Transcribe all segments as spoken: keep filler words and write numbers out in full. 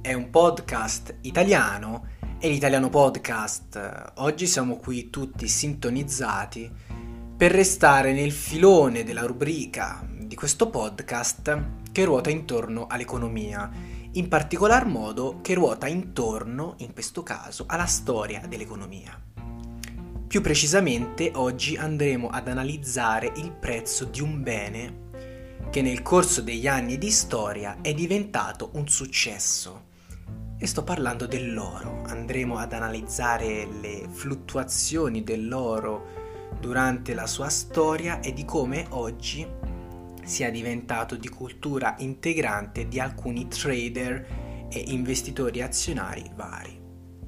è un podcast italiano, è l'Italiano Podcast. Oggi siamo qui tutti sintonizzati per restare nel filone della rubrica di questo podcast che ruota intorno all'economia, in particolar modo che ruota intorno, in questo caso, alla storia dell'economia. Più precisamente, oggi andremo ad analizzare il prezzo di un bene che nel corso degli anni di storia è diventato un successo. E sto parlando dell'oro. Andremo ad analizzare le fluttuazioni dell'oro durante la sua storia e di come oggi sia diventato di cultura integrante di alcuni trader e investitori azionari vari.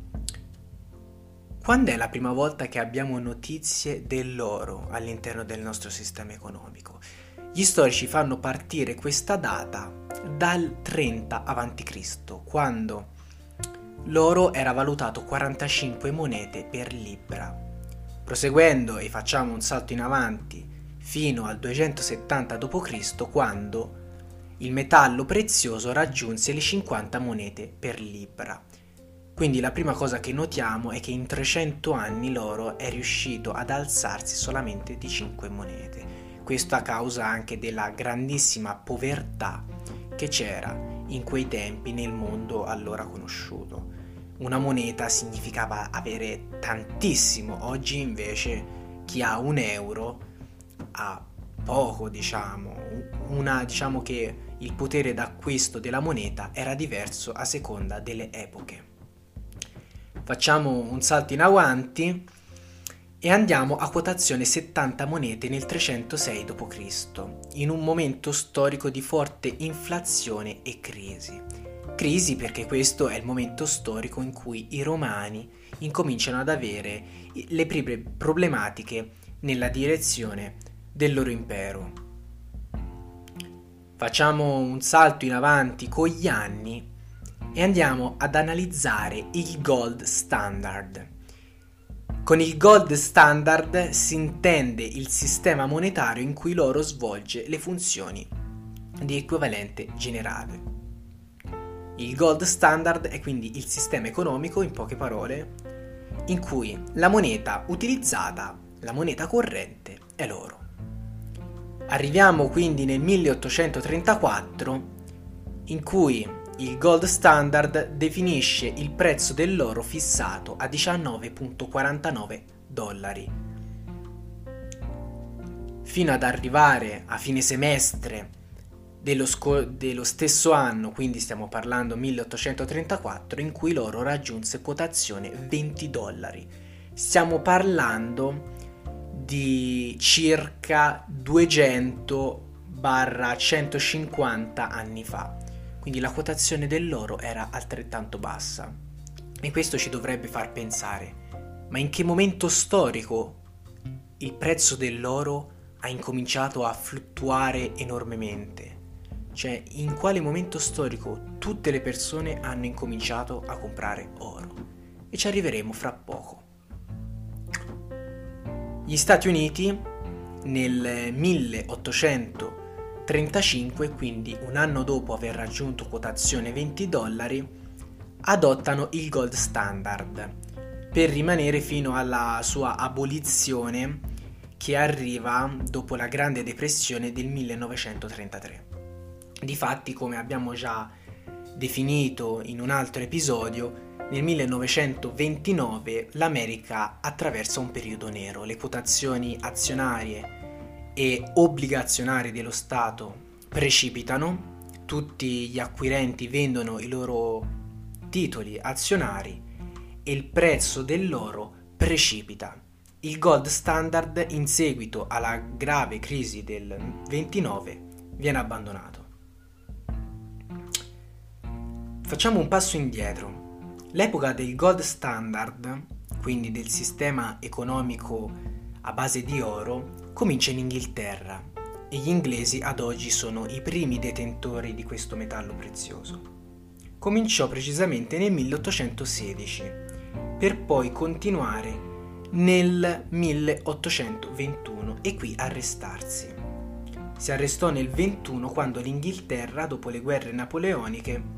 Quando è la prima volta che abbiamo notizie dell'oro all'interno del nostro sistema economico? Gli storici fanno partire questa data dal trenta avanti Cristo, quando l'oro era valutato quarantacinque monete per libbra. Proseguendo e facciamo un salto in avanti fino al duecentosettanta dopo Cristo, quando il metallo prezioso raggiunse le cinquanta monete per libbra. Quindi la prima cosa che notiamo è che in trecento anni l'oro è riuscito ad alzarsi solamente di cinque monete. Questo a causa anche della grandissima povertà che c'era in quei tempi nel mondo allora conosciuto. Una moneta significava avere tantissimo, oggi invece chi ha un euro ha poco, diciamo. Una, diciamo che il potere d'acquisto della moneta era diverso a seconda delle epoche. Facciamo un salto in avanti e andiamo a quotazione settanta monete nel trecentosei dopo Cristo, in un momento storico di forte inflazione e crisi. Crisi perché questo è il momento storico in cui i romani incominciano ad avere le prime problematiche nella direzione del loro impero. Facciamo un salto in avanti con gli anni e andiamo ad analizzare il gold standard. Con il gold standard si intende il sistema monetario in cui l'oro svolge le funzioni di equivalente generale. Il gold standard è quindi il sistema economico, in poche parole, in cui la moneta utilizzata, la moneta corrente, è l'oro. Arriviamo quindi nel milleottocentotrentaquattro, in cui il gold standard definisce il prezzo dell'oro fissato a diciannove virgola quarantanove dollari. Fino ad arrivare a fine semestre dello, sco- dello stesso anno, quindi stiamo parlando milleottocentotrentaquattro, in cui l'oro raggiunse quotazione venti dollari. Stiamo parlando di circa duecento centocinquanta anni fa. Quindi la quotazione dell'oro era altrettanto bassa e questo ci dovrebbe far pensare: ma in che momento storico il prezzo dell'oro ha incominciato a fluttuare enormemente? Cioè, in quale momento storico tutte le persone hanno incominciato a comprare oro? E ci arriveremo fra poco. Gli Stati Uniti nel milleottocentotrentacinque, quindi un anno dopo aver raggiunto quotazione venti dollari, adottano il gold standard per rimanere fino alla sua abolizione che arriva dopo la Grande Depressione del millenovecentotrentatré. Difatti, come abbiamo già definito in un altro episodio, nel millenovecentoventinove l'America attraversa un periodo nero. Le quotazioni azionarie e obbligazionarie dello Stato precipitano, tutti gli acquirenti vendono i loro titoli azionari e il prezzo dell'oro precipita. Il gold standard, in seguito alla grave crisi del ventinove, viene abbandonato. Facciamo un passo indietro. L'epoca del gold standard, quindi del sistema economico a base di oro, comincia in Inghilterra e gli inglesi ad oggi sono i primi detentori di questo metallo prezioso. Cominciò precisamente nel milleottocentosedici per poi continuare nel milleottocentoventuno e qui arrestarsi. Si arrestò nel ventuno quando l'Inghilterra, dopo le guerre napoleoniche,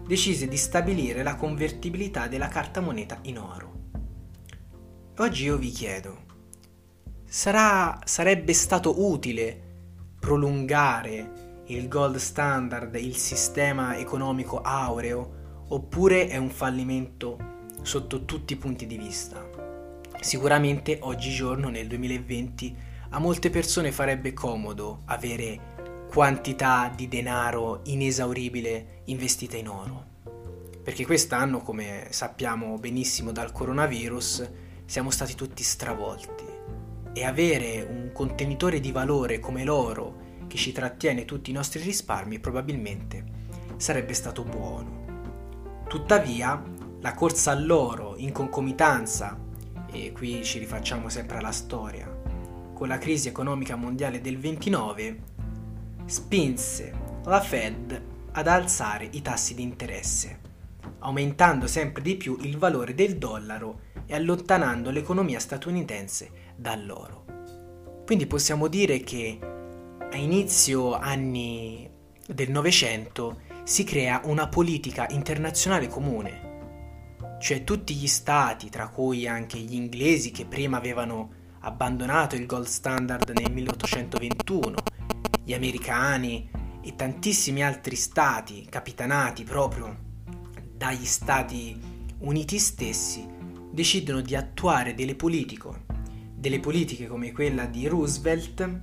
decise di stabilire la convertibilità della carta moneta in oro. Oggi io vi chiedo, sarà, sarebbe stato utile prolungare il gold standard, il sistema economico aureo, oppure è un fallimento sotto tutti i punti di vista? Sicuramente oggigiorno, nel duemilaventi, a molte persone farebbe comodo avere quantità di denaro inesauribile investita in oro, perché quest'anno, come sappiamo benissimo dal coronavirus, siamo stati tutti stravolti e avere un contenitore di valore come l'oro che ci trattiene tutti i nostri risparmi probabilmente sarebbe stato buono. Tuttavia, la corsa all'oro in concomitanza, e qui ci rifacciamo sempre alla storia, con la crisi economica mondiale del ventinove, spinse la Fed ad alzare i tassi di interesse, aumentando sempre di più il valore del dollaro e allontanando l'economia statunitense dall'oro. Quindi possiamo dire che a inizio anni del Novecento si crea una politica internazionale comune, cioè tutti gli stati, tra cui anche gli inglesi che prima avevano abbandonato il gold standard nel milleottocentoventuno, gli americani e tantissimi altri stati capitanati proprio dagli Stati Uniti stessi, decidono di attuare delle politiche, delle politiche come quella di Roosevelt,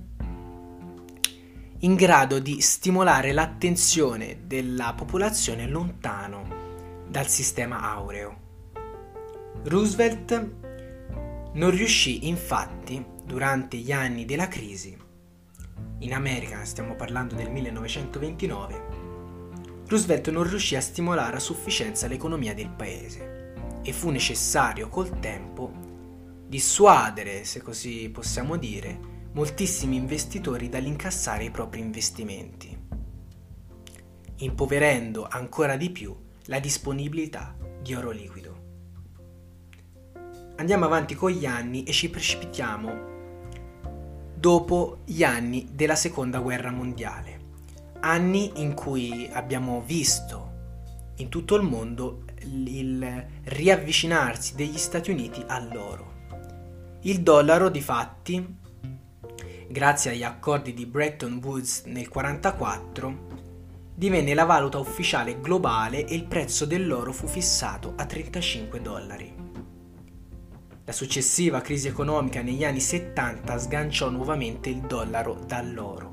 in grado di stimolare l'attenzione della popolazione lontano dal sistema aureo. Roosevelt non riuscì infatti, durante gli anni della crisi, in America stiamo parlando del millenovecentoventinove, Roosevelt non riuscì a stimolare a sufficienza l'economia del paese e fu necessario col tempo dissuadere, se così possiamo dire, moltissimi investitori dall'incassare i propri investimenti, impoverendo ancora di più la disponibilità di oro liquido. Andiamo avanti con gli anni e ci precipitiamo dopo gli anni della Seconda Guerra Mondiale, anni in cui abbiamo visto in tutto il mondo il riavvicinarsi degli Stati Uniti all'oro. Il dollaro, difatti, grazie agli accordi di Bretton Woods nel millenovecentoquarantaquattro, divenne la valuta ufficiale globale e il prezzo dell'oro fu fissato a trentacinque dollari. La successiva crisi economica negli anni settanta sganciò nuovamente il dollaro dall'oro,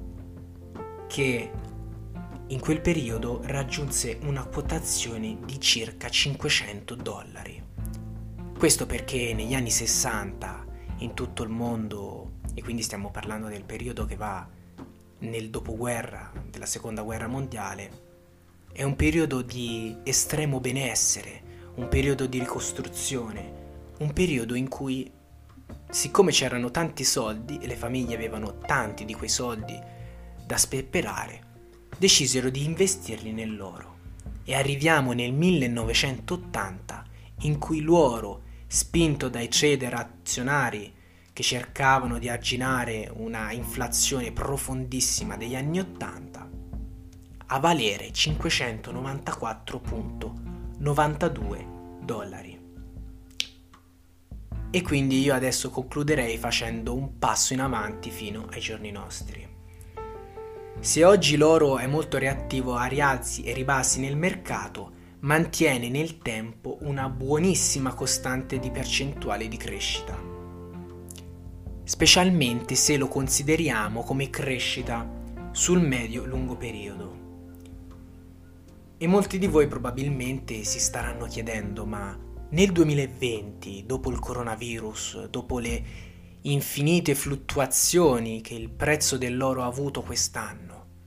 che in quel periodo raggiunse una quotazione di circa cinquecento dollari. Questo perché negli anni sessanta in tutto il mondo, e quindi stiamo parlando del periodo che va nel dopoguerra della Seconda Guerra Mondiale, è un periodo di estremo benessere, un periodo di ricostruzione, un periodo in cui, siccome c'erano tanti soldi e le famiglie avevano tanti di quei soldi da sperperare, decisero di investirli nell'oro. E arriviamo nel millenovecentottanta, in cui l'oro, spinto dai trader azionari che cercavano di arginare una inflazione profondissima degli anni ottanta, a valere cinquecentonovantaquattro virgola novantadue dollari. E quindi io adesso concluderei facendo un passo in avanti fino ai giorni nostri. Se oggi l'oro è molto reattivo a rialzi e ribassi nel mercato, mantiene nel tempo una buonissima costante di percentuale di crescita, specialmente se lo consideriamo come crescita sul medio-lungo periodo. E molti di voi probabilmente si staranno chiedendo, ma nel duemilaventi, dopo il coronavirus, dopo le infinite fluttuazioni che il prezzo dell'oro ha avuto quest'anno,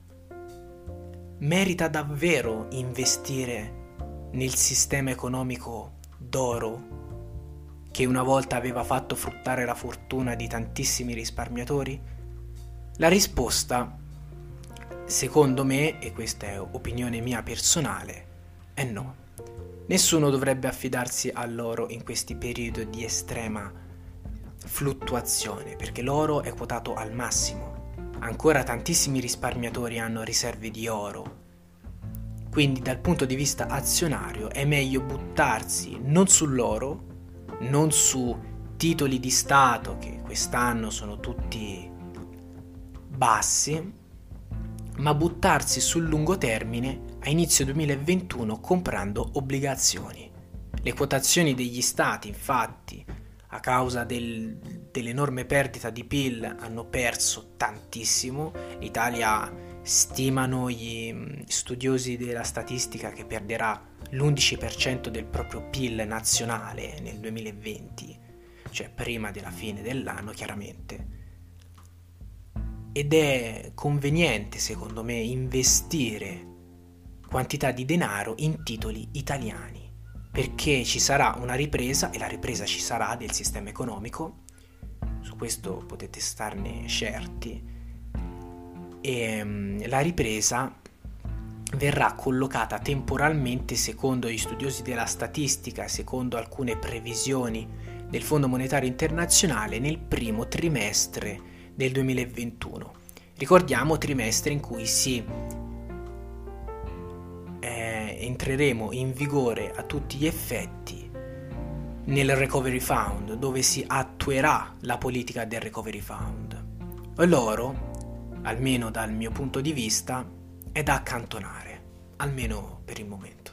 merita davvero investire nel sistema economico d'oro che una volta aveva fatto fruttare la fortuna di tantissimi risparmiatori? La risposta, secondo me, e questa è opinione mia personale, è no. Nessuno dovrebbe affidarsi all'oro in questi periodi di estrema fluttuazione, perché l'oro è quotato al massimo. Ancora tantissimi risparmiatori hanno riserve di oro. Quindi dal punto di vista azionario è meglio buttarsi non sull'oro, non su titoli di Stato che quest'anno sono tutti bassi, ma buttarsi sul lungo termine a inizio duemilaventuno comprando obbligazioni. Le quotazioni degli stati, infatti, a causa del, dell'enorme perdita di P I L, hanno perso tantissimo. L'Italia, stimano gli studiosi della statistica, che perderà l'undici per cento del proprio P I L nazionale nel duemilaventi, cioè prima della fine dell'anno chiaramente. Ed è conveniente, secondo me, investire quantità di denaro in titoli italiani, perché ci sarà una ripresa, e la ripresa ci sarà, del sistema economico, su questo potete starne certi, e um, la ripresa verrà collocata temporalmente, secondo gli studiosi della statistica, secondo alcune previsioni del Fondo Monetario Internazionale, nel primo trimestre del duemilaventuno. Ricordiamo, trimestre in cui si eh, entreremo in vigore a tutti gli effetti nel Recovery Fund, dove si attuerà la politica del Recovery Fund. L'oro, almeno dal mio punto di vista, è da accantonare, almeno per il momento.